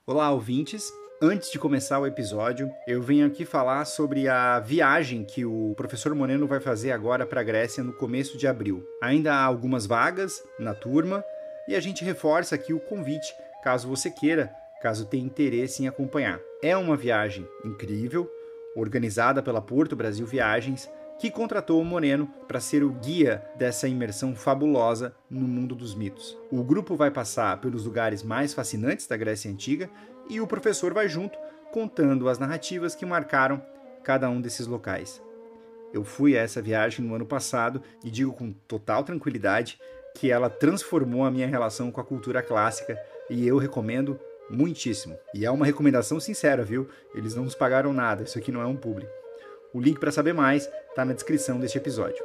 Olá, ouvintes! Antes de começar o episódio, eu venho aqui falar sobre a viagem que o professor Moreno vai fazer agora para a Grécia no começo de abril. Ainda há algumas vagas na turma e a gente reforça aqui o convite, caso você queira, caso tenha interesse em acompanhar. É uma viagem incrível, organizada pela Porto Brasil Viagens, que contratou o Moreno para ser o guia dessa imersão fabulosa no mundo dos mitos. O grupo vai passar pelos lugares mais fascinantes da Grécia Antiga e o professor vai junto, contando as narrativas que marcaram cada um desses locais. Eu fui a essa viagem no ano passado e digo com total tranquilidade que ela transformou a minha relação com a cultura clássica e eu recomendo muitíssimo. E é uma recomendação sincera, viu? Eles não nos pagaram nada, isso aqui não é um publi. O link para saber mais está na descrição deste episódio.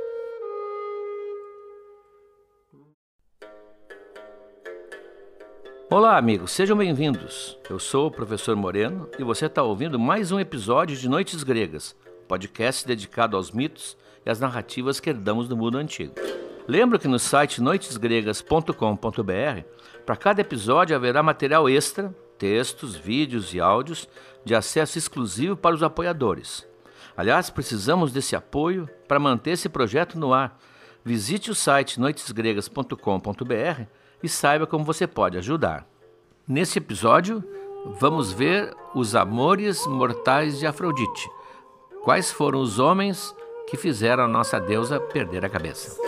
Olá, amigos, sejam bem-vindos. Eu sou o professor Moreno e você está ouvindo mais um episódio de Noites Gregas, podcast dedicado aos mitos e às narrativas que herdamos do mundo antigo. Lembro que no site noitesgregas.com.br, para cada episódio haverá material extra, textos, vídeos e áudios de acesso exclusivo para os apoiadores. Aliás, precisamos desse apoio para manter esse projeto no ar. Visite o site noitesgregas.com.br e saiba como você pode ajudar. Nesse episódio, vamos ver os amores mortais de Afrodite. Quais foram os homens que fizeram a nossa deusa perder a cabeça?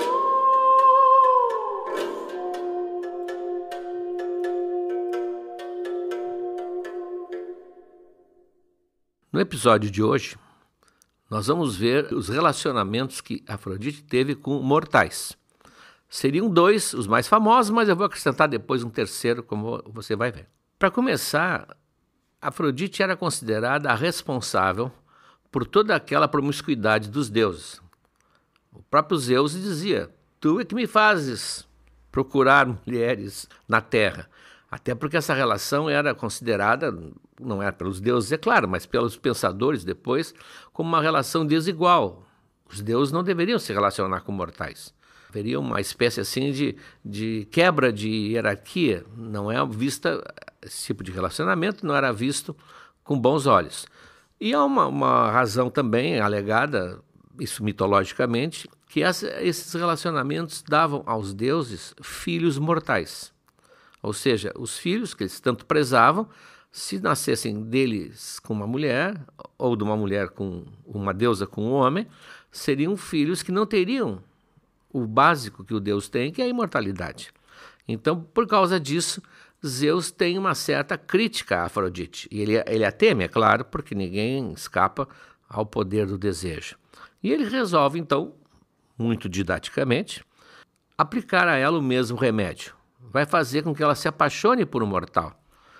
No episódio de hoje, nós vamos ver os relacionamentos que Afrodite teve com mortais. Seriam dois, os mais famosos, mas eu vou acrescentar depois um terceiro, como você vai ver. Para começar, Afrodite era considerada a responsável por toda aquela promiscuidade dos deuses. O próprio Zeus dizia: tu é que me fazes procurar mulheres na terra. Até porque essa relação era considerada, não era pelos deuses, é claro, mas pelos pensadores depois, como uma relação desigual. Os deuses não deveriam se relacionar com mortais. Haveria uma espécie assim de quebra de hierarquia. Não é vista, esse tipo de relacionamento não era visto com bons olhos. E há uma razão também alegada, isso mitologicamente, que esses relacionamentos davam aos deuses filhos mortais. Ou seja, os filhos que eles tanto prezavam, se nascessem deles com uma mulher, ou de uma mulher com uma deusa com um homem, seriam filhos que não teriam o básico que o Deus tem, que é a imortalidade. Então, por causa disso, Zeus tem uma certa crítica a Afrodite. E ele a teme, é claro, porque ninguém escapa ao poder do desejo. E ele resolve, então, muito didaticamente, aplicar a ela o mesmo remédio. Vai fazer com que ela se apaixone por um mortal,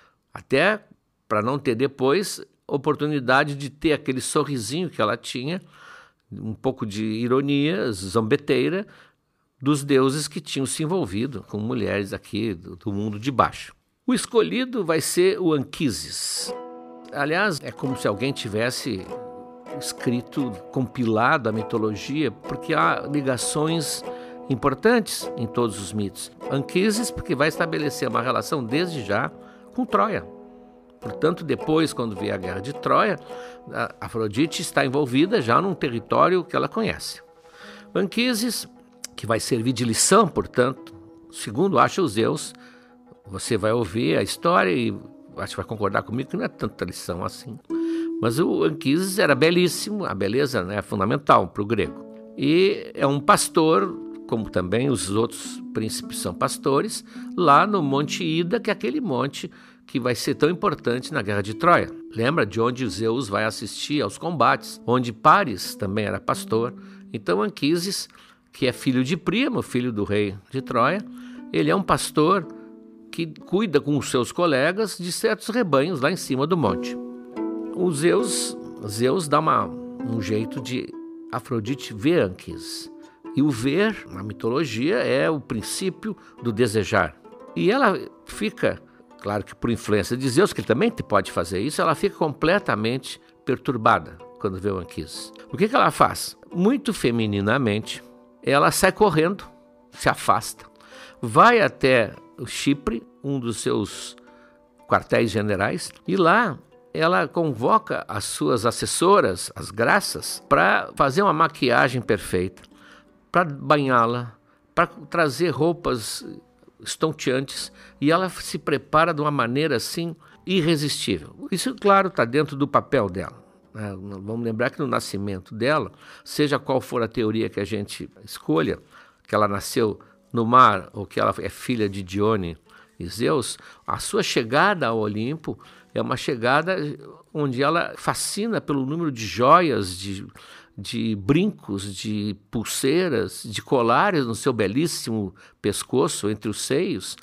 até para não ter depois oportunidade de ter aquele sorrisinho que ela tinha, um pouco de ironia zombeteira dos deuses que tinham se envolvido com mulheres aqui do mundo de baixo. O escolhido vai ser o Anquises. Aliás, é como se alguém tivesse escrito, compilado a mitologia, porque há ligações importantes em todos os mitos. Anquises, porque vai estabelecer uma relação desde já com Troia. Portanto, depois, quando vier a guerra de Troia, Afrodite está envolvida já num território que ela conhece. Anquises, que vai servir de lição, portanto, segundo acha o Zeus, você vai ouvir a história e acho que vai concordar comigo que não é tanta lição assim. Mas o Anquises era belíssimo, a beleza, né, é fundamental para o grego. E é um pastor, como também os outros príncipes são pastores, lá no Monte Ida, que é aquele monte que vai ser tão importante na Guerra de Troia. Lembra de onde Zeus vai assistir aos combates, onde Paris também era pastor. Então Anquises, que é filho de Príamo, filho do rei de Troia, ele é um pastor que cuida com os seus colegas de certos rebanhos lá em cima do monte. O Zeus dá um jeito de Afrodite ver Anquises. E o ver, na mitologia, é o princípio do desejar. E ela fica, claro que por influência de Zeus, que também pode fazer isso, ela fica completamente perturbada quando vê o Anquises. O que ela faz? Muito femininamente, ela sai correndo, se afasta, vai até o Chipre, um dos seus quartéis generais, e lá ela convoca as suas assessoras, as graças, para fazer uma maquiagem perfeita, para banhá-la, para trazer roupas estonteantes, e ela se prepara de uma maneira assim irresistível. Isso, claro, está dentro do papel dela. Vamos lembrar que no nascimento dela, seja qual for a teoria que a gente escolha, que ela nasceu no mar ou que ela é filha de Dione e Zeus, a sua chegada ao Olimpo é uma chegada onde ela fascina pelo número de joias, de brincos, de pulseiras, de colares no seu belíssimo pescoço, entre os seios.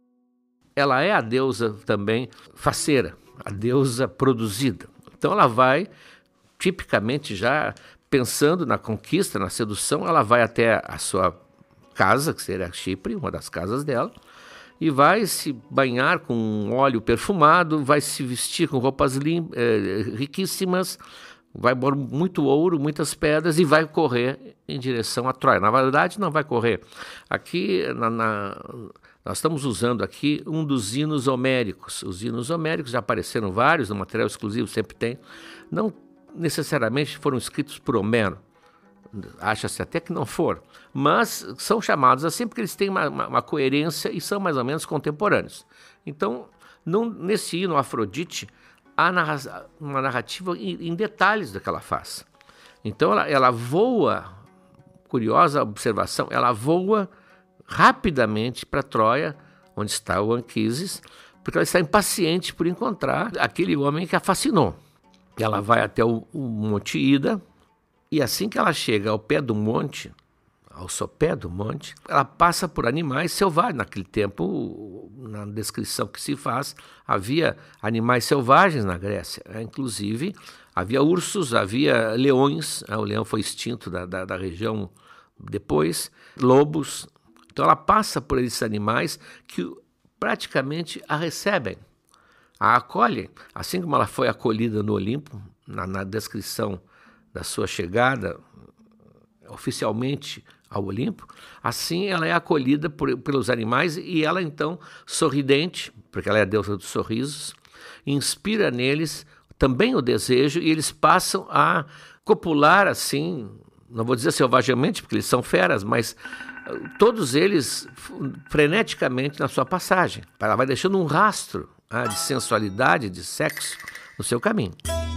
Ela é a deusa também faceira, a deusa produzida. Então ela vai, tipicamente já pensando na conquista, na sedução, ela vai até a sua casa, que seria Chipre, uma das casas dela, e vai se banhar com um óleo perfumado, vai se vestir com roupas riquíssimas, vai pôr muito ouro, muitas pedras e vai correr em direção a Troia. Na verdade, não vai correr. Aqui, nós estamos usando aqui um dos hinos homéricos. Os hinos homéricos já apareceram vários, no material exclusivo sempre tem. Não necessariamente foram escritos por Homero. Acha-se até que não foram, mas são chamados assim porque eles têm uma coerência e são mais ou menos contemporâneos. Então, nesse hino Afrodite, há uma narrativa em detalhes do que ela faz. Então, ela voa, curiosa observação, ela voa rapidamente para Troia, onde está o Anquises, porque ela está impaciente por encontrar aquele homem que a fascinou. Ela vai até o Monte Ida, e assim que ela chega ao pé do monte, ao sopé do monte, ela passa por animais selvagens. Naquele tempo, na descrição que se faz, havia animais selvagens na Grécia. Inclusive, havia ursos, havia leões, o leão foi extinto da região depois, lobos. Então ela passa por esses animais que praticamente a recebem, a acolhem. Assim como ela foi acolhida no Olimpo, na descrição da sua chegada oficialmente ao Olimpo, assim ela é acolhida pelos animais e ela então, sorridente, porque ela é a deusa dos sorrisos, inspira neles também o desejo e eles passam a copular assim, não vou dizer selvagemente porque eles são feras, mas todos eles freneticamente na sua passagem. Ela vai deixando um rastro de sensualidade, de sexo no seu caminho.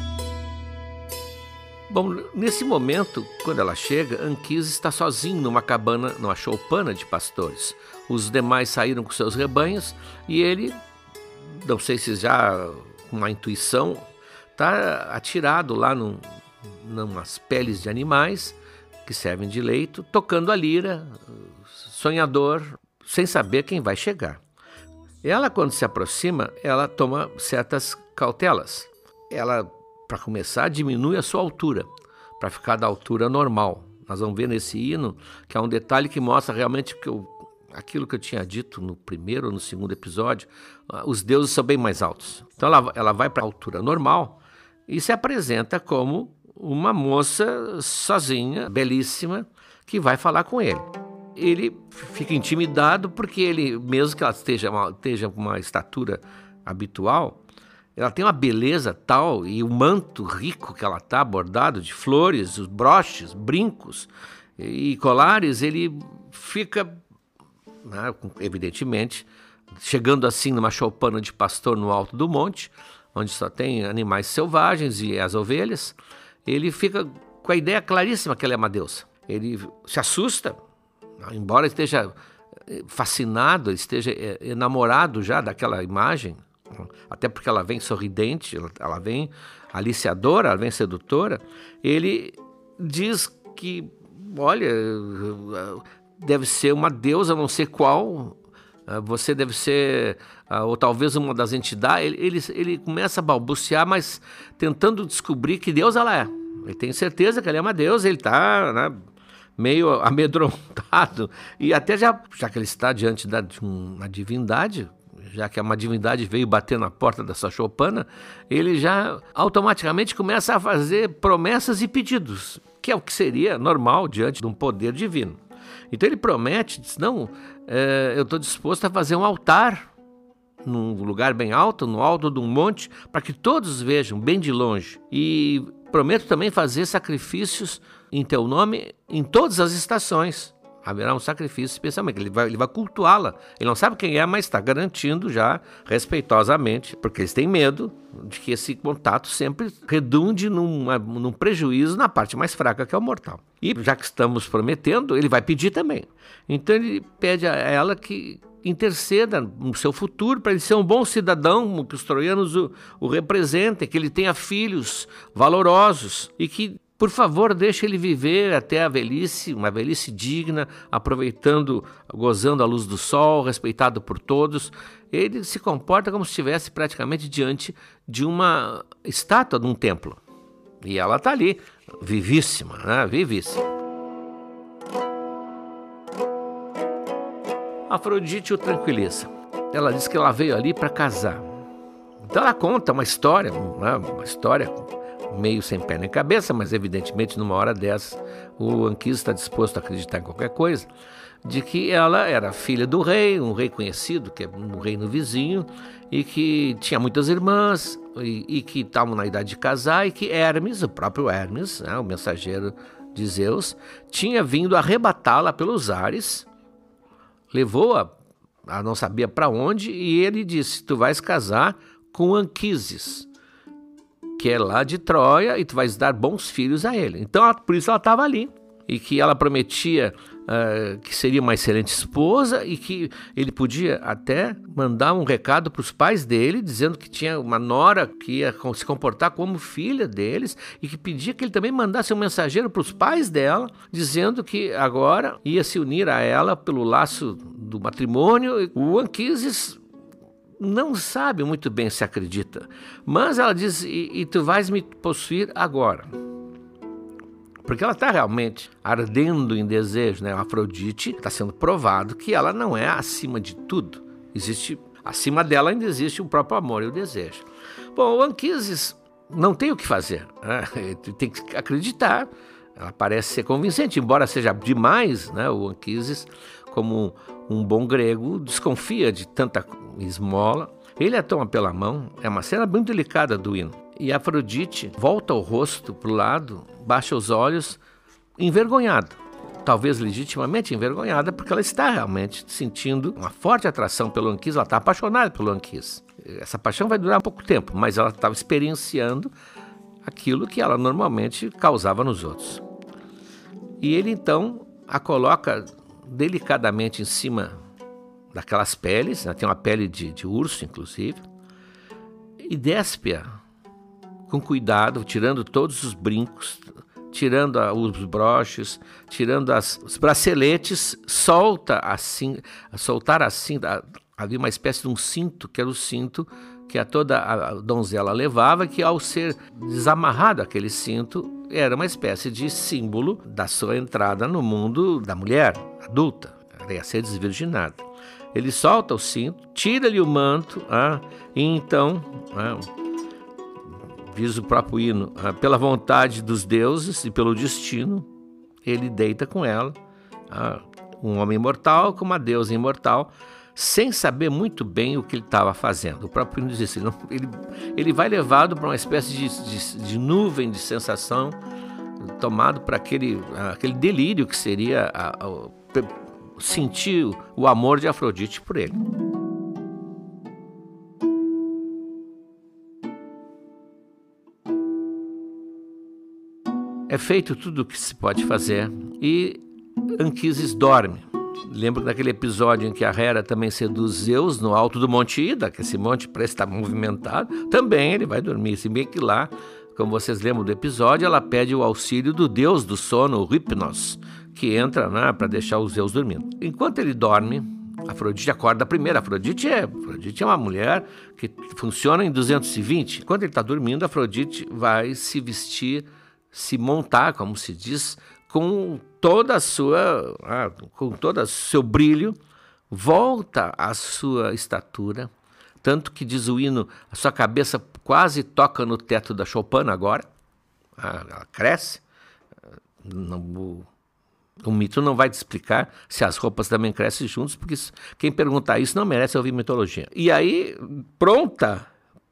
Bom, nesse momento, quando ela chega, Anquises está sozinho numa cabana, numa choupana de pastores. Os demais saíram com seus rebanhos e ele, não sei se já com uma intuição, está atirado lá numas peles de animais que servem de leito, tocando a lira, sonhador, sem saber quem vai chegar. Ela, quando se aproxima, ela toma certas cautelas. Ela, para começar, diminui a sua altura, para ficar da altura normal. Nós vamos ver nesse hino que há um detalhe que mostra realmente aquilo que eu tinha dito no primeiro ou no segundo episódio, os deuses são bem mais altos. Então ela vai para a altura normal e se apresenta como uma moça sozinha, belíssima, que vai falar com ele. Ele fica intimidado porque ele, mesmo que ela esteja com uma estatura habitual, ela tem uma beleza tal e o manto rico que ela está, bordado de flores, os broches, brincos e colares, ele fica, evidentemente, chegando assim numa choupana de pastor no alto do monte, onde só tem animais selvagens e as ovelhas, ele fica com a ideia claríssima que ela é uma deusa. Ele se assusta, embora esteja fascinado, esteja enamorado já daquela imagem, até porque ela vem sorridente, ela vem aliciadora, ela vem sedutora. Ele diz que, olha, deve ser uma deusa, não sei qual, você deve ser, ou talvez uma das entidades. Ele começa a balbuciar, mas tentando descobrir que Deus ela é. Ele tem certeza que ela é uma deusa, ele está meio amedrontado. E até já que ele está diante de uma divindade, já que uma divindade veio bater na porta dessa choupana, ele já automaticamente começa a fazer promessas e pedidos, que é o que seria normal diante de um poder divino. Então ele promete, diz, não, eu estou disposto a fazer um altar num lugar bem alto, no alto de um monte, para que todos vejam bem de longe. E prometo também fazer sacrifícios em teu nome em todas as estações. Haverá um sacrifício especialmente, ele vai cultuá-la. Ele não sabe quem é, mas está garantindo já respeitosamente, porque eles têm medo de que esse contato sempre redunde num prejuízo na parte mais fraca, que é o mortal. E já que estamos prometendo, ele vai pedir também. Então ele pede a ela que interceda no seu futuro para ele ser um bom cidadão, que os troianos o representem, que ele tenha filhos valorosos e que, por favor, deixe ele viver até a velhice, uma velhice digna, aproveitando, gozando a luz do sol, respeitado por todos. Ele se comporta como se estivesse praticamente diante de uma estátua de um templo. E ela está ali, vivíssima, né? Vivíssima. Afrodite o tranquiliza. Ela diz que ela veio ali para casar. Então ela conta uma história meio sem pé nem cabeça, mas evidentemente numa hora dessa o Anquises está disposto a acreditar em qualquer coisa, de que ela era filha do rei, um rei conhecido, que é um reino vizinho, e que tinha muitas irmãs, e que estavam na idade de casar, e que Hermes, o próprio Hermes, né, o mensageiro de Zeus, tinha vindo arrebatá-la pelos ares, levou-a, não sabia para onde, e ele disse: tu vais casar com Anquises, que é lá de Troia, e tu vais dar bons filhos a ele. Então, por isso ela estava ali. E que ela prometia que seria uma excelente esposa e que ele podia até mandar um recado para os pais dele, dizendo que tinha uma nora que ia se comportar como filha deles e que pedia que ele também mandasse um mensageiro para os pais dela, dizendo que agora ia se unir a ela pelo laço do matrimônio. O Anquises não sabe muito bem se acredita, mas ela diz: e tu vais me possuir agora. Porque ela está realmente ardendo em desejo, né? A Afrodite está sendo provado que ela não é acima de tudo. Acima dela ainda existe o próprio amor e o desejo. Bom, o Anquises não tem o que fazer, né? Ele tem que acreditar. Ela parece ser convincente, embora seja demais, né? O Anquises, como um bom grego, desconfia de tanta esmola. Ele a toma pela mão, é uma cena muito delicada do hino. E Afrodite volta o rosto para o lado, baixa os olhos, envergonhada. Talvez legitimamente envergonhada, porque ela está realmente sentindo uma forte atração pelo Anquises, ela está apaixonada pelo Anquises. Essa paixão vai durar pouco tempo, mas ela estava experienciando aquilo que ela normalmente causava nos outros. E ele então a coloca delicadamente em cima daquelas peles, né? Tem uma pele de urso, inclusive, e despe-a com cuidado, tirando todos os brincos, tirando os broches, tirando os braceletes, soltar assim, havia uma espécie de um cinto, que era o cinto que toda a donzela levava, que ao ser desamarrado aquele cinto, era uma espécie de símbolo da sua entrada no mundo da mulher adulta, ela ia ser desvirginada. Ele solta o cinto, tira-lhe o manto, e então, diz o próprio hino, pela vontade dos deuses e pelo destino, ele deita com ela, um homem imortal com uma deusa imortal, sem saber muito bem o que ele estava fazendo. O próprio hino diz isso, ele vai levado para uma espécie de nuvem de sensação, tomado para aquele delírio que seria sentir o amor de Afrodite por ele. É feito tudo o que se pode fazer e Anquises dorme. Lembro daquele episódio em que a Hera também seduz Zeus no alto do Monte Ida, que esse monte parece estar movimentado. Também ele vai dormir, se bem que lá, como vocês lembram do episódio, ela pede o auxílio do deus do sono, o Hypnos, que entra, né, para deixar os Zeus dormindo. Enquanto ele dorme, Afrodite acorda primeiro. Afrodite é uma mulher que funciona em 220. Enquanto ele está dormindo, Afrodite vai se vestir, se montar, como se diz, com todo o seu brilho, volta à sua estatura, tanto que diz o hino, a sua cabeça quase toca no teto da choupana agora, ela cresce, O mito não vai te explicar se as roupas também crescem juntos, porque quem perguntar isso não merece ouvir mitologia. E aí, pronta,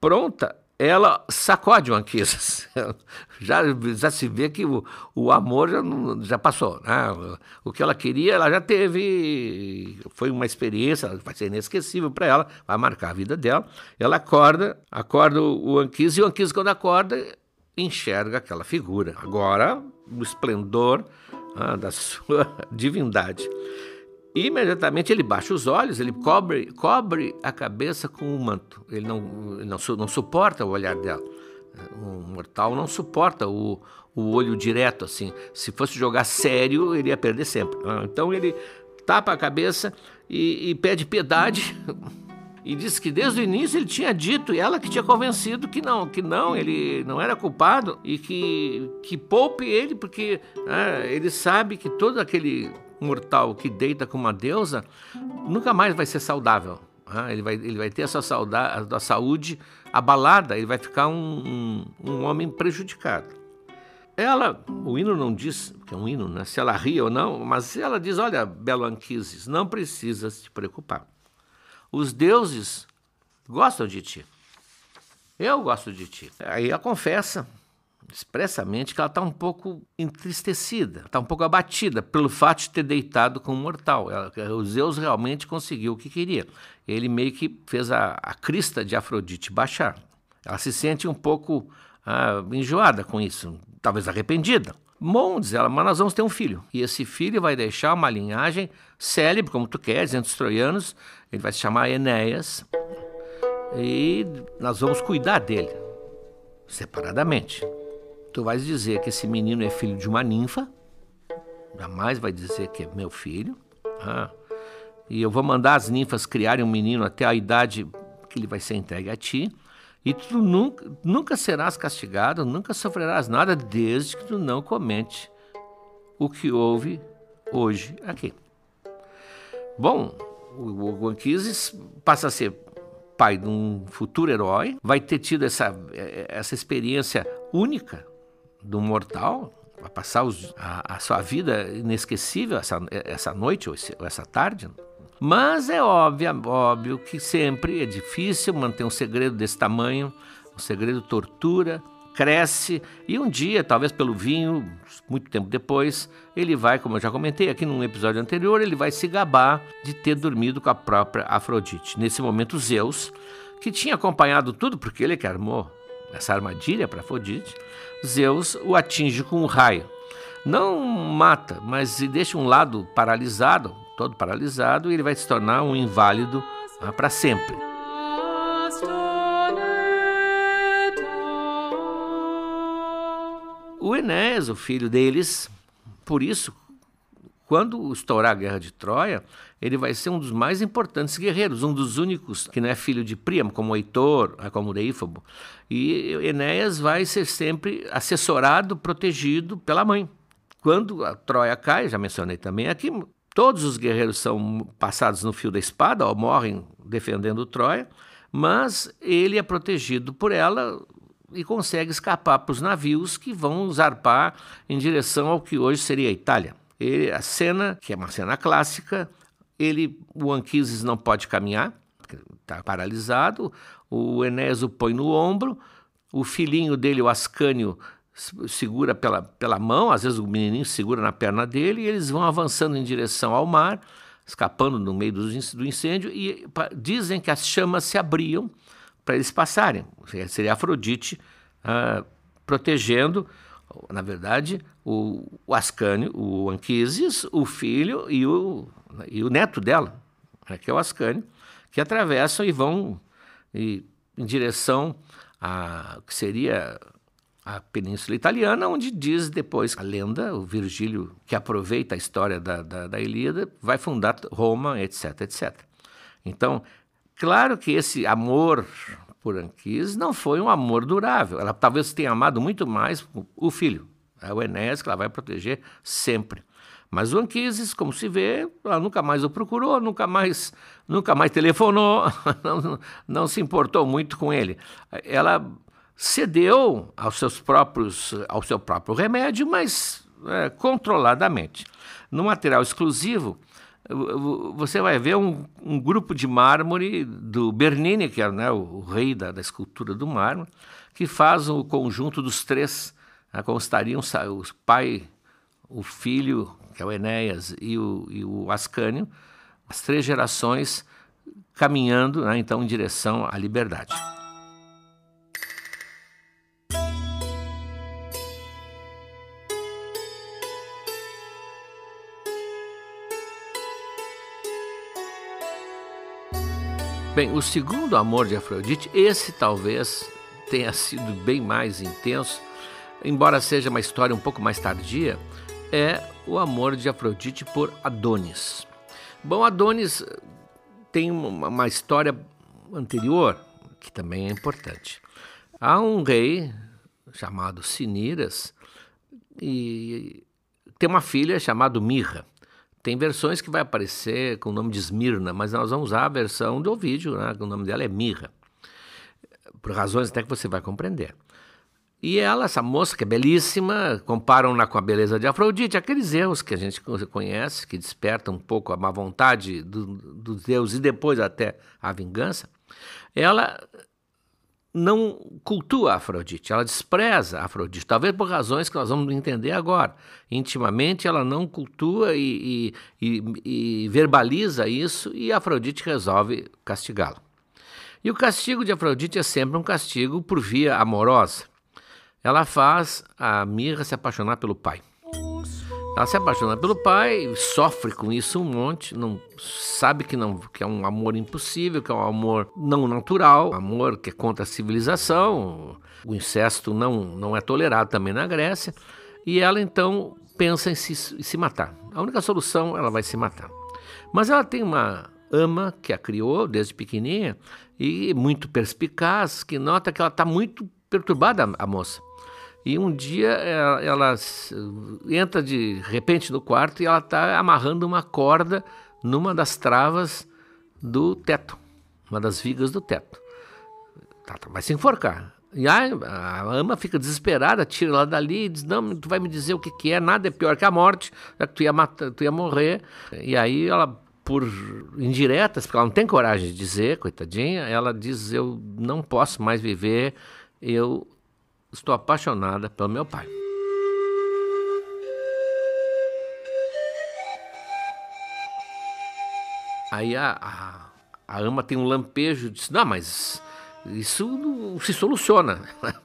ela sacode o Anquises. Já se vê que o amor já passou, né? O que ela queria, ela já teve. Foi uma experiência, vai ser inesquecível para ela, vai marcar a vida dela. Ela acorda o Anquises, e o Anquises, quando acorda, enxerga aquela figura. Agora, no esplendor da sua divindade. E imediatamente ele baixa os olhos, ele cobre a cabeça com um manto. Ele não suporta o olhar dela. Um mortal não suporta o olho direto, assim. Se fosse jogar sério, ele ia perder sempre. Então ele tapa a cabeça e pede piedade. E diz que desde o início ele tinha dito, e ela que tinha convencido que não, ele não era culpado, e que poupe ele, porque ele sabe que todo aquele mortal que deita com uma deusa nunca mais vai ser saudável. Ele vai ter a sua saúde abalada, ele vai ficar um homem prejudicado. O hino não diz, que é um hino, né, se ela ri ou não, mas ela diz: olha, belo Anquises, não precisas te preocupar. Os deuses gostam de ti. Eu gosto de ti. Aí ela confessa expressamente que ela está um pouco entristecida, está um pouco abatida pelo fato de ter deitado com um mortal. O Zeus realmente conseguiu o que queria. Ele meio que fez a crista de Afrodite baixar. Ela se sente um pouco enjoada com isso, talvez arrependida. Bom, diz ela, mas nós vamos ter um filho. E esse filho vai deixar uma linhagem célebre, como tu queres, entre os troianos. Ele vai se chamar Enéas. E nós vamos cuidar dele, separadamente. Tu vais dizer que esse menino é filho de uma ninfa. Jamais vai dizer que é meu filho. E eu vou mandar as ninfas criarem um menino até a idade que ele vai ser entregue a ti. E tu nunca serás castigado, nunca sofrerás nada, desde que tu não comente o que houve hoje aqui. Bom, o Anquises passa a ser pai de um futuro herói, vai ter tido essa experiência única do mortal, vai passar a sua vida inesquecível essa noite ou essa tarde. Mas é óbvio que sempre é difícil manter um segredo desse tamanho. O segredo tortura, cresce, e um dia, talvez pelo vinho, muito tempo depois, ele vai, como eu já comentei aqui num episódio anterior, ele vai se gabar de ter dormido com a própria Afrodite. Nesse momento, Zeus, que tinha acompanhado tudo, porque ele que armou essa armadilha para Afrodite, Zeus o atinge com um raio. Não mata, mas deixa um lado paralisado, todo paralisado, e ele vai se tornar um inválido para sempre. O Enéas, o filho deles, por isso, quando estourar a guerra de Troia, ele vai ser um dos mais importantes guerreiros, um dos únicos que não é filho de Príamo, como Heitor, como Deífobo. E Enéas vai ser sempre assessorado, protegido pela mãe. Quando a Troia cai, já mencionei também aqui, todos os guerreiros são passados no fio da espada, ou morrem defendendo Troia, mas ele é protegido por ela e consegue escapar para os navios que vão zarpar em direção ao que hoje seria a Itália. A cena, que é uma cena clássica, o Anquises não pode caminhar, está paralisado, o Enéas o põe no ombro, o filhinho dele, o Ascânio, segura pela mão, às vezes o menininho segura na perna dele, e eles vão avançando em direção ao mar, escapando no meio do incêndio, e dizem que as chamas se abriam para eles passarem. Seria Afrodite protegendo, na verdade, o Ascânio, o Anquises, o filho e o neto dela, que é o Ascânio, que atravessam e vão em direção a que seria a Península Italiana, onde diz depois a lenda, o Virgílio, que aproveita a história da Ilíada, vai fundar Roma, etc, etc. Então, claro que esse amor por Anquises não foi um amor durável. Ela talvez tenha amado muito mais o filho, o Enéas, que ela vai proteger sempre. Mas o Anquises, como se vê, ela nunca mais o procurou, nunca mais telefonou, não se importou muito com ele. Ela cedeu ao seu próprio remédio, mas controladamente. No material exclusivo, você vai ver um grupo de mármore do Bernini, que é, né, o rei da escultura do mármore, que faz o conjunto dos três, né, constariam o pai, o filho, que é o Enéas, e o Ascânio, as três gerações caminhando, né, então, em direção à liberdade. Bem, o segundo amor de Afrodite, esse talvez tenha sido bem mais intenso, embora seja uma história um pouco mais tardia, é o amor de Afrodite por Adonis. Bom, Adonis tem uma história anterior, que também é importante. Há um rei chamado Cinyras e tem uma filha chamada Mirra. Tem versões que vai aparecer com o nome de Esmirna, mas nós vamos usar a versão do Ovídio, né, que o nome dela é Mirra, por razões até que você vai compreender. E ela, essa moça que é belíssima, comparam-na com a beleza de Afrodite, aqueles erros que a gente conhece, que despertam um pouco a má vontade dos deuses e depois até a vingança. Ela não cultua a Afrodite, ela despreza a Afrodite, talvez por razões que nós vamos entender agora. Intimamente ela não cultua e verbaliza isso, e a Afrodite resolve castigá-lo. E o castigo de Afrodite é sempre um castigo por via amorosa. Ela faz a Mirra se apaixonar pelo pai. Ela se apaixona pelo pai, sofre com isso um monte, não sabe que é um amor impossível, que é um amor não natural, amor que é contra a civilização. O incesto não é tolerado também na Grécia. E ela então pensa em se matar. A única solução, ela vai se matar. Mas ela tem uma ama que a criou desde pequenininha e muito perspicaz, que nota que ela está muito perturbada, a moça. E um dia ela entra de repente no quarto e ela está amarrando uma corda numa das travas do teto, uma das vigas do teto. Vai se enforcar. E a ama fica desesperada, tira ela dali e diz: não, tu vai me dizer o que é, nada é pior que a morte, já que tu ia morrer. E aí ela, por indiretas, porque ela não tem coragem de dizer, coitadinha, ela diz: eu não posso mais viver, eu estou apaixonada pelo meu pai. Aí a ama tem um lampejo e diz: não, mas isso não se soluciona.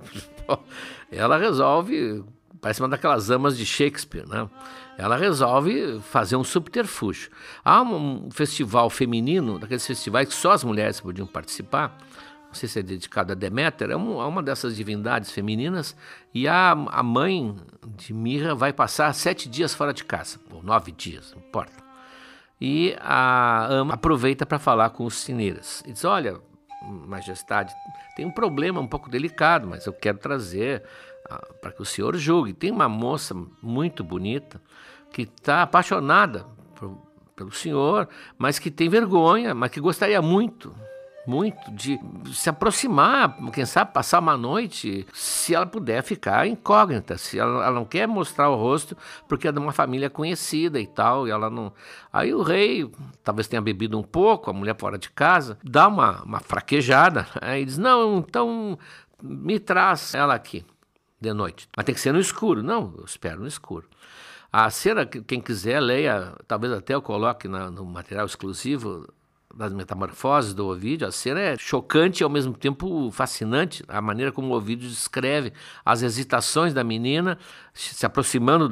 Ela resolve, parece uma daquelas amas de Shakespeare, né? Ela resolve fazer um subterfúgio. Há um festival feminino, daqueles festivais que só as mulheres podiam participar, não sei se é dedicado a Deméter, é uma dessas divindades femininas, e a mãe de Mirra vai passar 7 dias fora de casa, ou 9 dias, não importa. E a ama aproveita para falar com os Cinyras. E diz: olha, majestade, tem um problema um pouco delicado, mas eu quero trazer para que o senhor julgue. Tem uma moça muito bonita que está apaixonada pelo senhor, mas que tem vergonha, mas que gostaria muito de se aproximar, quem sabe passar uma noite, se ela puder ficar incógnita, se ela não quer mostrar o rosto porque é de uma família conhecida e tal, e ela não... Aí o rei talvez tenha bebido um pouco, a mulher fora de casa, dá uma fraquejada, aí diz: não, então me traz ela aqui de noite, mas tem que ser no escuro. Não, eu espero no escuro. A cena, quem quiser leia, talvez até eu coloque no material exclusivo das Metamorfoses do Ovídio. A cena é chocante e ao mesmo tempo fascinante, a maneira como o Ovídio descreve as hesitações da menina se aproximando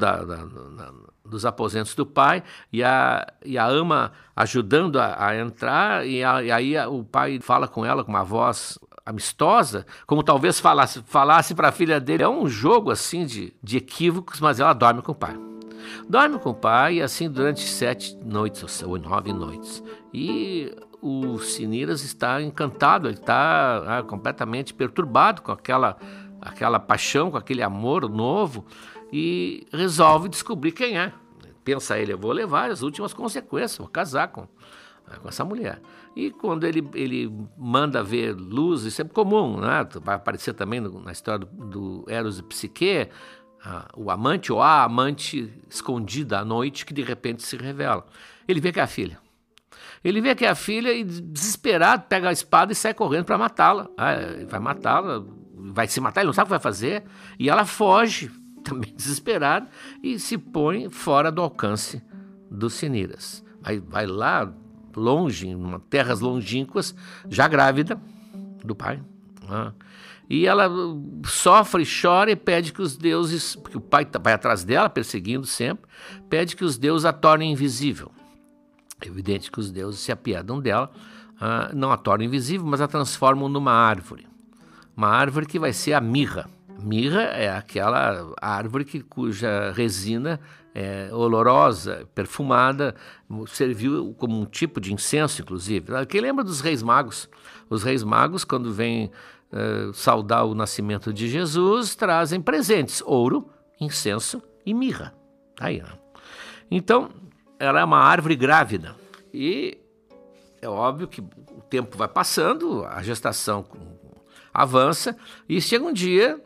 dos aposentos do pai, e a ama ajudando a entrar, e aí o pai fala com ela com uma voz amistosa, como talvez falasse para a filha dele. É um jogo assim de equívocos, mas ela dorme com o pai. Dorme com o pai, e assim durante 7 noites ou 9 noites. E o Cinyras está encantado, ele está completamente perturbado com aquela paixão, com aquele amor novo, e resolve descobrir quem é. Pensa ele: eu vou levar as últimas consequências, vou casar com essa mulher. E quando ele manda ver luz, isso é comum, né? Vai aparecer também na história do Eros e Psique, o amante ou a amante escondida à noite que de repente se revela. Ele vê que é a filha. Ele vê que é a filha e, desesperado, pega a espada e sai correndo para matá-la. Vai matá-la, vai se matar, ele não sabe o que vai fazer. E ela foge, também desesperada, e se põe fora do alcance dos Ceniras. Vai lá longe, em terras longínquas, já grávida do pai. E ela sofre, chora e pede que os deuses, porque o pai vai atrás dela, perseguindo sempre, pede que os deuses a tornem invisível. É evidente que os deuses se apiedam dela, não a tornam invisível, mas a transformam numa árvore. Uma árvore que vai ser a mirra. Mirra é aquela árvore cuja resina é olorosa, perfumada, serviu como um tipo de incenso, inclusive. Quem lembra dos Reis Magos? Os Reis Magos, quando vêm saudar o nascimento de Jesus, trazem presentes: ouro, incenso e mirra. Aí, né? Então, ela é uma árvore grávida. E é óbvio que o tempo vai passando, a gestação avança, e chega um dia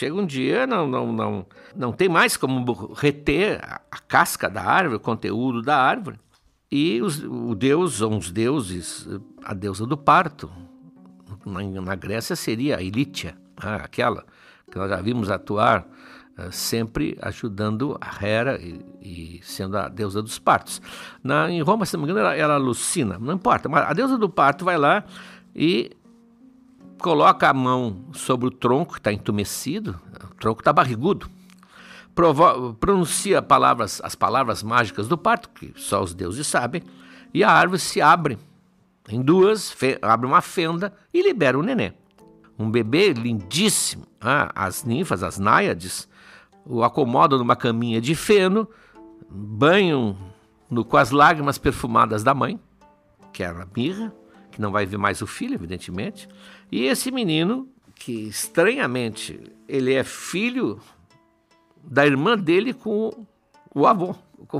não tem mais como reter a casca da árvore, o conteúdo da árvore. E o deus, ou os deuses, a deusa do parto, na Grécia seria a Ilítia, aquela que nós já vimos atuar sempre ajudando a Hera e sendo a deusa dos partos. Em Roma, se não me engano, era Lucina, não importa, mas a deusa do parto vai lá e coloca a mão sobre o tronco que está entumecido, o tronco está barrigudo, pronuncia as palavras mágicas do parto, que só os deuses sabem, e a árvore se abre em duas, abre uma fenda e libera o nenê. Um bebê lindíssimo. As ninfas, as náiades, o acomodam numa caminha de feno, banham com as lágrimas perfumadas da mãe, que era a mirra, que não vai ver mais o filho, evidentemente. E esse menino, que estranhamente ele é filho da irmã dele com o avô.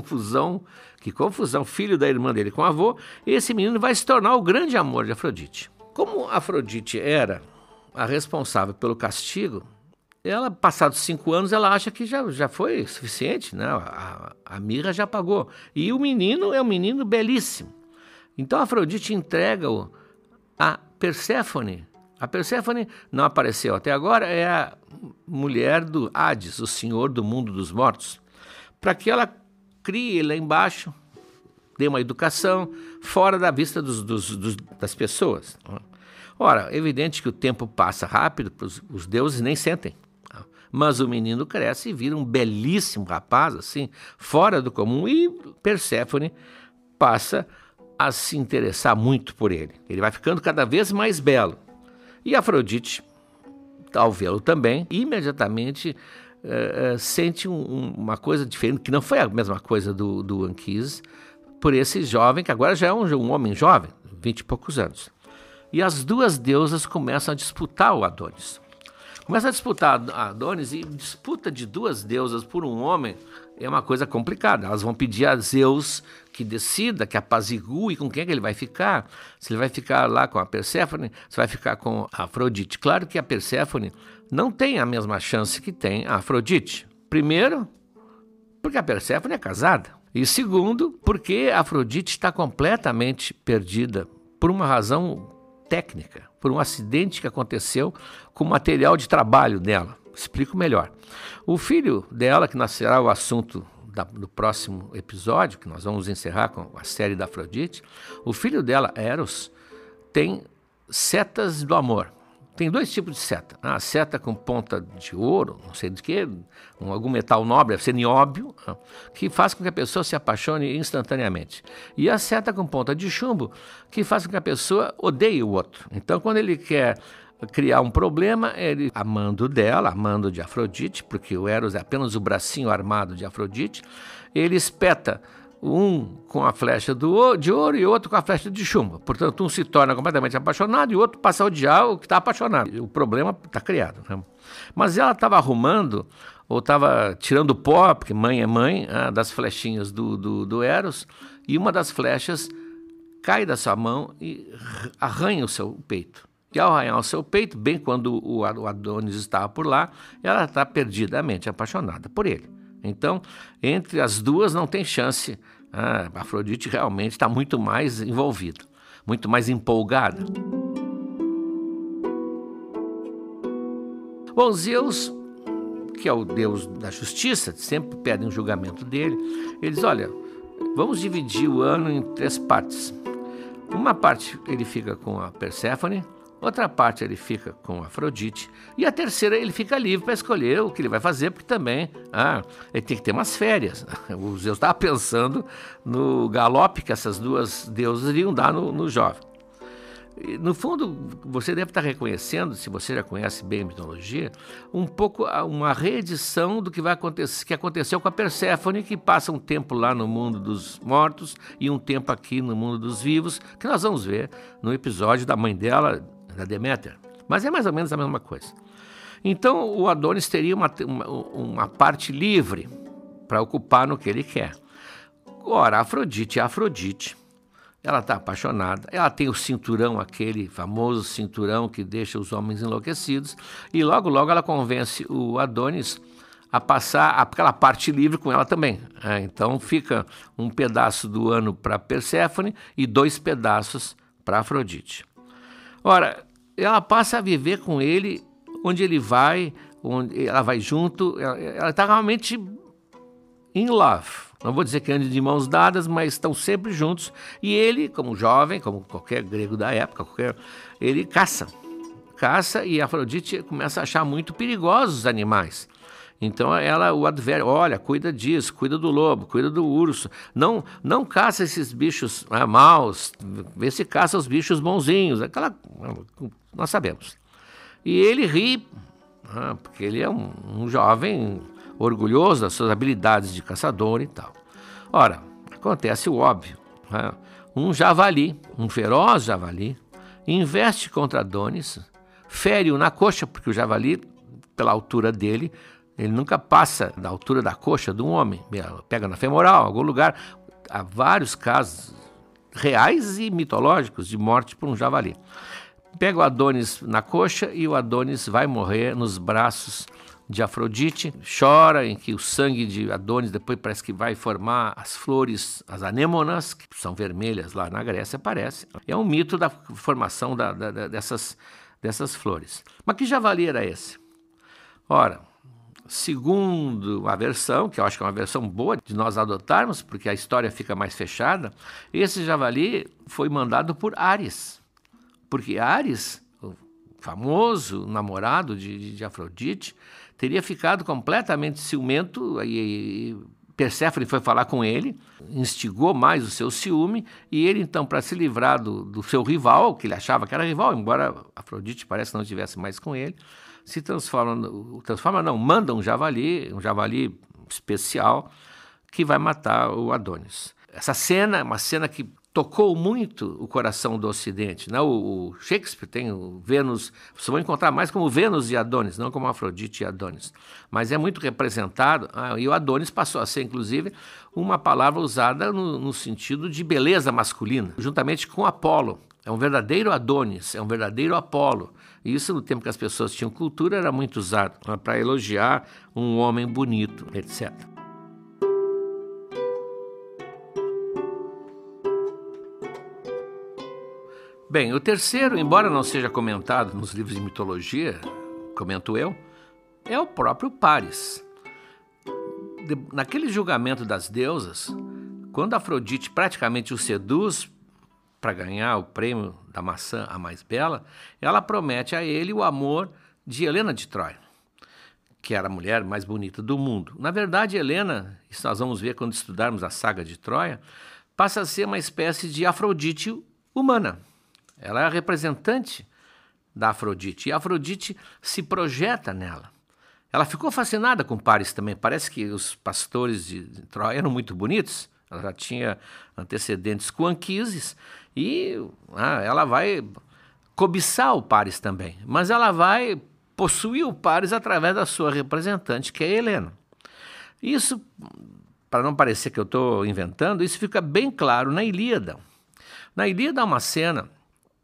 Que confusão, filho da irmã dele com o avô. Esse menino vai se tornar o grande amor de Afrodite. Como Afrodite era a responsável pelo castigo, ela, passados 5 anos, ela acha que já foi suficiente, né? A mirra já pagou. E o menino é um menino belíssimo. Então Afrodite entrega-o a Perséfone. A Perséfone não apareceu até agora, é a mulher do Hades, o senhor do mundo dos mortos, para que ela crie lá embaixo, dê uma educação fora da vista das pessoas. Ora, é evidente que o tempo passa rápido, os deuses nem sentem, mas o menino cresce e vira um belíssimo rapaz, assim, fora do comum, e Perséfone passa a se interessar muito por ele. Ele vai ficando cada vez mais belo. E Afrodite, ao vê-lo também, imediatamente sente uma coisa diferente, que não foi a mesma coisa do Anquises, por esse jovem, que agora já é um homem jovem, 20 e poucos anos. E as duas deusas começam a disputar o Adonis. Começa a disputar Adonis, e disputa de duas deusas por um homem é uma coisa complicada. Elas vão pedir a Zeus que decida, que apazigue com quem é que ele vai ficar. Se ele vai ficar lá com a Perséfone, se vai ficar com a Afrodite. Claro que a Perséfone não tem a mesma chance que tem a Afrodite. Primeiro, porque a Perséfone é casada. E segundo, porque a Afrodite está completamente perdida por uma razão técnica, por um acidente que aconteceu com o material de trabalho dela. Explico melhor. O filho dela, que nascerá o assunto do próximo episódio, que nós vamos encerrar com a série da Afrodite, o filho dela, Eros, tem setas do amor. Tem 2 tipos de seta. A seta com ponta de ouro, não sei de que, algum metal nobre, deve ser nióbio, que faz com que a pessoa se apaixone instantaneamente. E a seta com ponta de chumbo, que faz com que a pessoa odeie o outro. Então, quando ele quer criar um problema, ele, amando de Afrodite, porque o Eros é apenas o bracinho armado de Afrodite, ele espeta um com a flecha de ouro e outro com a flecha de chumbo. Portanto, um se torna completamente apaixonado e o outro passa a odiar o que está apaixonado. O problema está criado, né? Mas ela estava arrumando, ou estava tirando pó, porque mãe é mãe, das flechinhas do Eros, e uma das flechas cai da sua mão e arranha o seu peito. E ao arranhar o seu peito, bem quando o Adonis estava por lá, ela está perdidamente apaixonada por ele. Então, entre as duas não tem chance. A Afrodite realmente está muito mais envolvida, muito mais empolgada. Bom, Zeus, que é o deus da justiça, sempre pede um julgamento dele, ele diz, olha, vamos dividir o ano em 3 partes. Uma parte ele fica com a Perséfone, outra parte ele fica com a Afrodite, e a terceira ele fica livre para escolher o que ele vai fazer, porque também ele tem que ter umas férias. O Zeus estava pensando no galope que essas duas deusas iriam dar no jovem. E, no fundo, você deve estar reconhecendo, se você já conhece bem a mitologia, um pouco uma reedição do que aconteceu com a Perséfone, que passa um tempo lá no mundo dos mortos e um tempo aqui no mundo dos vivos, que nós vamos ver no episódio da mãe dela, da Deméter. Mas é mais ou menos a mesma coisa. Então, o Adonis teria uma parte livre para ocupar no que ele quer. Ora, a Afrodite, ela está apaixonada, ela tem o cinturão, aquele famoso cinturão que deixa os homens enlouquecidos, e logo, logo ela convence o Adonis a passar aquela parte livre com ela também. Então fica um pedaço do ano para Perséfone e 2 pedaços para Afrodite. Ora, ela passa a viver com ele onde ele vai, onde ela vai junto, ela está realmente in love. Não vou dizer que ande de mãos dadas, mas estão sempre juntos. E ele, como jovem, como qualquer grego da época, ele caça. Caça e Afrodite começa a achar muito perigosos os animais. Então ela o adverte, olha, cuida disso, cuida do lobo, cuida do urso. Não caça esses bichos maus, vê se caça os bichos bonzinhos. Nós sabemos. E ele ri, porque ele é um jovem orgulhoso das suas habilidades de caçador e tal. Ora, acontece o óbvio. Um javali, um feroz javali, investe contra Adonis, fere-o na coxa, porque o javali, pela altura dele, ele nunca passa da altura da coxa de um homem, pega na femoral, em algum lugar. Há vários casos reais e mitológicos de morte por um javali. Pega o Adonis na coxa e o Adonis vai morrer nos braços de Afrodite, chora em que o sangue de Adonis depois parece que vai formar as flores, as anêmonas, que são vermelhas lá na Grécia, aparece. É um mito da formação dessas flores. Mas que javali era esse? Ora, segundo a versão, que eu acho que é uma versão boa de nós adotarmos, porque a história fica mais fechada, esse javali foi mandado por Ares. Porque Ares, o famoso namorado de Afrodite, teria ficado completamente ciumento e Perséfone foi falar com ele, instigou mais o seu ciúme e ele então, para se livrar do seu rival, que ele achava que era rival, embora Afrodite parece que não estivesse mais com ele, manda um javali especial que vai matar o Adonis. Essa cena é uma cena que tocou muito o coração do Ocidente, né? O Shakespeare tem o Vênus, vocês vão encontrar mais como Vênus e Adonis, não como Afrodite e Adonis, mas é muito representado, e o Adonis passou a ser, inclusive, uma palavra usada no sentido de beleza masculina, juntamente com Apolo. É um verdadeiro Adonis, é um verdadeiro Apolo. E isso, no tempo que as pessoas tinham cultura, era muito usado para elogiar um homem bonito, etc. Bem, o terceiro, embora não seja comentado nos livros de mitologia, comento eu, é o próprio Paris. Naquele julgamento das deusas, quando Afrodite praticamente o seduz para ganhar o prêmio da maçã a mais bela, ela promete a ele o amor de Helena de Troia, que era a mulher mais bonita do mundo. Na verdade, Helena, isso nós vamos ver quando estudarmos a saga de Troia, passa a ser uma espécie de Afrodite humana. Ela é a representante da Afrodite, e a Afrodite se projeta nela. Ela ficou fascinada com Paris também. Parece que os pastores de Troia eram muito bonitos. Ela já tinha antecedentes com Anquises e ela vai cobiçar o Paris também. Mas ela vai possuir o Paris através da sua representante, que é Helena. Isso, para não parecer que eu estou inventando, isso fica bem claro na Ilíada. Na Ilíada há uma cena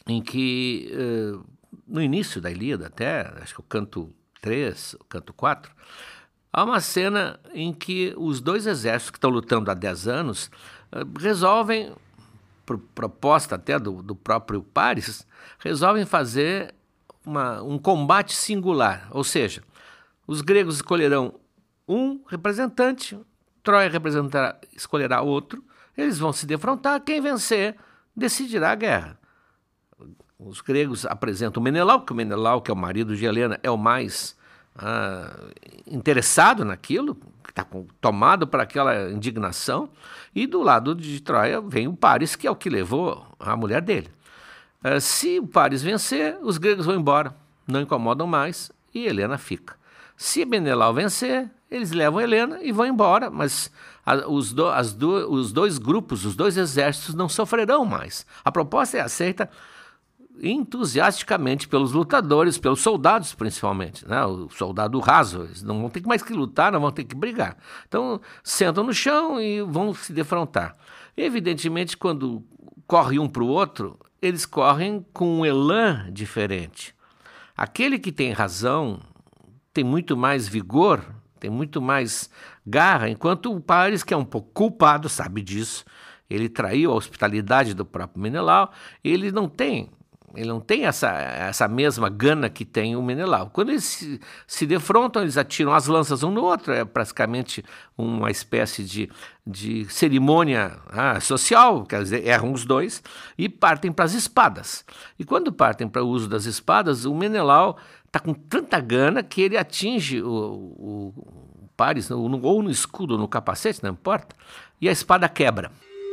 em que, no início da Ilíada, até, acho que o canto 3, o canto 4, há uma cena em que os dois exércitos que estão lutando há 10 anos resolvem, por proposta até do próprio Paris, resolvem fazer um combate singular, ou seja, os gregos escolherão um representante, Troia escolherá outro, eles vão se defrontar, quem vencer decidirá a guerra. Os gregos apresentam Menelau, que o Menelau, que é o marido de Helena, é o mais interessado naquilo, que está tomado por aquela indignação, e do lado de Troia vem o Paris, que é o que levou a mulher dele. Se o Paris vencer, os gregos vão embora, não incomodam mais, e Helena fica. Se Menelau vencer, eles levam Helena e vão embora, mas os dois grupos, os dois exércitos não sofrerão mais. A proposta é aceita entusiasticamente pelos lutadores, pelos soldados principalmente, né? O soldado raso, eles não vão ter mais que lutar, não vão ter que brigar. Então, sentam no chão e vão se defrontar. Evidentemente, quando corre um para o outro, eles correm com um elan diferente. Aquele que tem razão tem muito mais vigor, tem muito mais garra, enquanto o Paris, que é um pouco culpado, sabe disso, ele traiu a hospitalidade do próprio Menelau, ele não tem essa mesma gana que tem o Menelau. Quando eles se defrontam, eles atiram as lanças um no outro, é praticamente uma espécie de cerimônia social, quer dizer, erram os dois, e partem para as espadas. E quando partem para o uso das espadas, o Menelau está com tanta gana que ele atinge o Paris, ou no escudo, ou no capacete, não importa, e a espada quebra.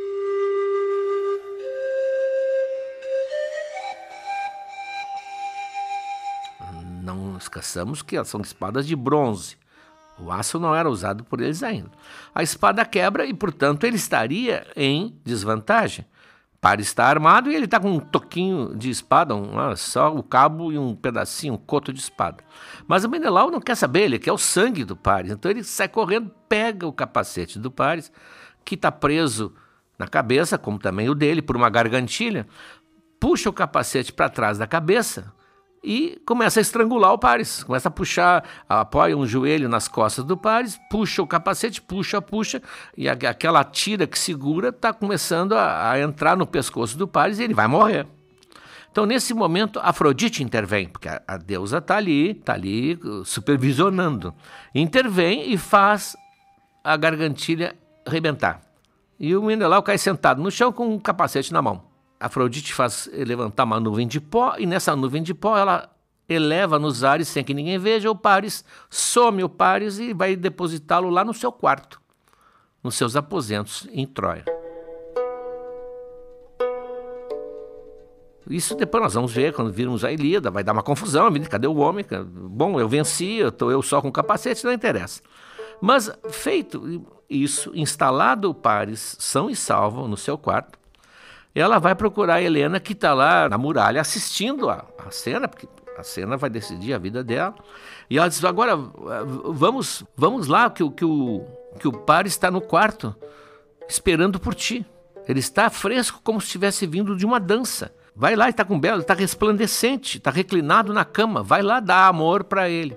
Não esqueçamos que elas são espadas de bronze. O aço não era usado por eles ainda. A espada quebra e, portanto, ele estaria em desvantagem. Paris está armado e ele está com um toquinho de espada, só o cabo e um pedacinho, um coto de espada. Mas o Menelau não quer saber, ele quer o sangue do Paris. Então ele sai correndo, pega o capacete do Paris, que está preso na cabeça, como também o dele, por uma gargantilha, puxa o capacete para trás da cabeça e começa a estrangular o Paris, começa a puxar, apoia um joelho nas costas do Paris, puxa o capacete, puxa, e aquela tira que segura está começando a entrar no pescoço do Paris e ele vai morrer. Então, nesse momento, Afrodite intervém, porque a deusa está ali supervisionando. Intervém e faz a gargantilha arrebentar. E o Menelau cai sentado no chão com um capacete na mão. Afrodite faz levantar uma nuvem de pó e nessa nuvem de pó ela eleva nos ares sem que ninguém veja o Paris, some o Paris e vai depositá-lo lá no seu quarto, nos seus aposentos em Troia. Isso depois nós vamos ver quando virmos a Ilíada, vai dar uma confusão, cadê o homem? Bom, eu venci, estou eu só com o capacete, não interessa. Mas feito isso, instalado o Paris são e salvo no seu quarto, ela vai procurar a Helena, que está lá na muralha assistindo a cena, porque a cena vai decidir a vida dela. E ela diz, agora vamos lá, que o Paris está no quarto, esperando por ti. Ele está fresco como se estivesse vindo de uma dança. Vai lá, ele está com belo, ele está resplandecente, está reclinado na cama. Vai lá dar amor para ele.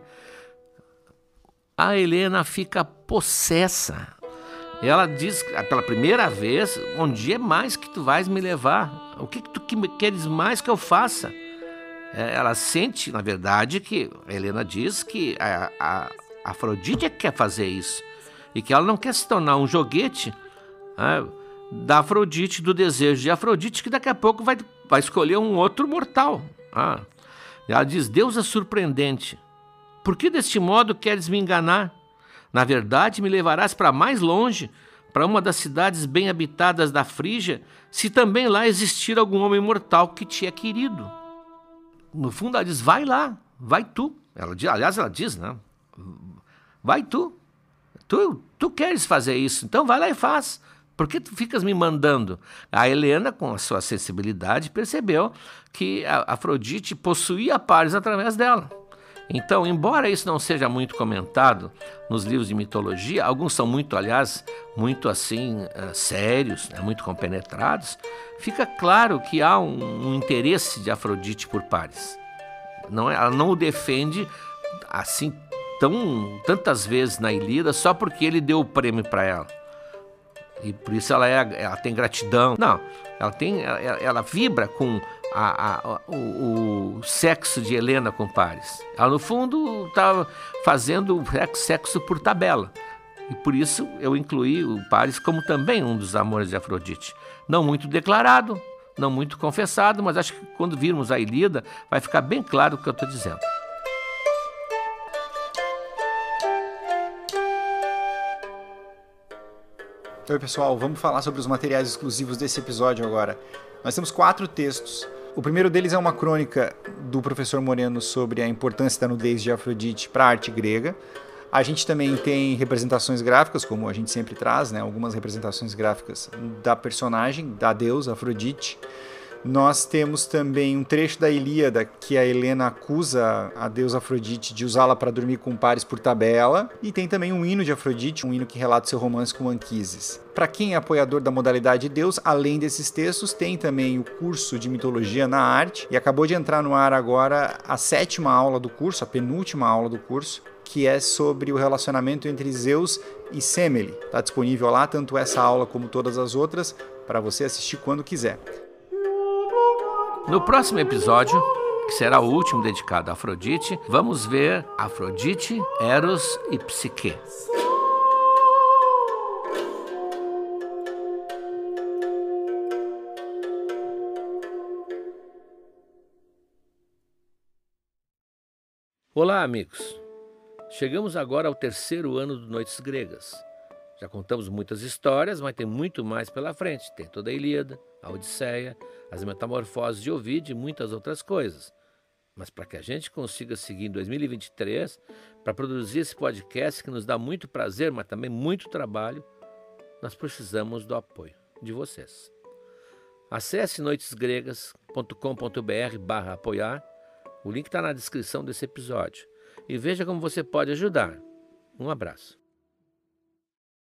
A Helena fica possessa. Ela diz, pela primeira vez, onde é mais que tu vais me levar? O que tu queres mais que eu faça? Ela sente, na verdade, que a Helena diz que a Afrodite é que quer fazer isso. E que ela não quer se tornar um joguete da Afrodite, do desejo de Afrodite, que daqui a pouco vai escolher um outro mortal. Ela diz, deusa surpreendente, por que deste modo queres me enganar? Na verdade, me levarás para mais longe, para uma das cidades bem habitadas da Frígia, se também lá existir algum homem mortal que te é querido. No fundo, ela diz, vai lá, vai tu. Aliás, ela diz, né? Vai tu. Tu queres fazer isso, então vai lá e faz. Por que tu ficas me mandando? A Helena, com a sua sensibilidade, percebeu que a Afrodite possuía Paris através dela. Então, embora isso não seja muito comentado nos livros de mitologia, alguns são muito, aliás, muito assim sérios, né, muito compenetrados, fica claro que há um interesse de Afrodite por Paris. Ela não o defende assim tantas vezes na Ilíada só porque ele deu o prêmio para ela. E por isso ela tem gratidão. Não, ela vibra com o sexo de Helena com Paris. Ela, no fundo, estava fazendo sexo por tabela. E por isso eu incluí o Paris como também um dos amores de Afrodite. Não muito declarado, não muito confessado, mas acho que quando virmos a Ilíada vai ficar bem claro o que eu estou dizendo. Oi pessoal, vamos falar sobre os materiais exclusivos desse episódio agora. Nós temos 4 textos. O primeiro deles é uma crônica do professor Moreno sobre a importância da nudez de Afrodite para a arte grega. A gente também tem representações gráficas, como a gente sempre traz, né? Algumas representações gráficas da personagem, da deusa Afrodite. Nós temos também um trecho da Ilíada que a Helena acusa a deusa Afrodite de usá-la para dormir com Paris por tabela. E tem também um hino de Afrodite, um hino que relata seu romance com Anquises. Para quem é apoiador da modalidade Deus, além desses textos, tem também o curso de mitologia na arte. E acabou de entrar no ar agora a 7ª aula do curso, a penúltima aula do curso, que é sobre o relacionamento entre Zeus e Semele. Está disponível lá, tanto essa aula como todas as outras, para você assistir quando quiser. No próximo episódio, que será o último dedicado a Afrodite, vamos ver Afrodite, Eros e Psique. Olá, amigos! Chegamos agora ao 3º ano do Noites Gregas. Já contamos muitas histórias, mas tem muito mais pela frente. Tem toda a Ilíada, a Odisseia, as Metamorfoses de Ovídio e muitas outras coisas. Mas para que a gente consiga seguir em 2023, para produzir esse podcast que nos dá muito prazer, mas também muito trabalho, nós precisamos do apoio de vocês. Acesse noitesgregas.com.br/apoiar. O link está na descrição desse episódio. E veja como você pode ajudar. Um abraço.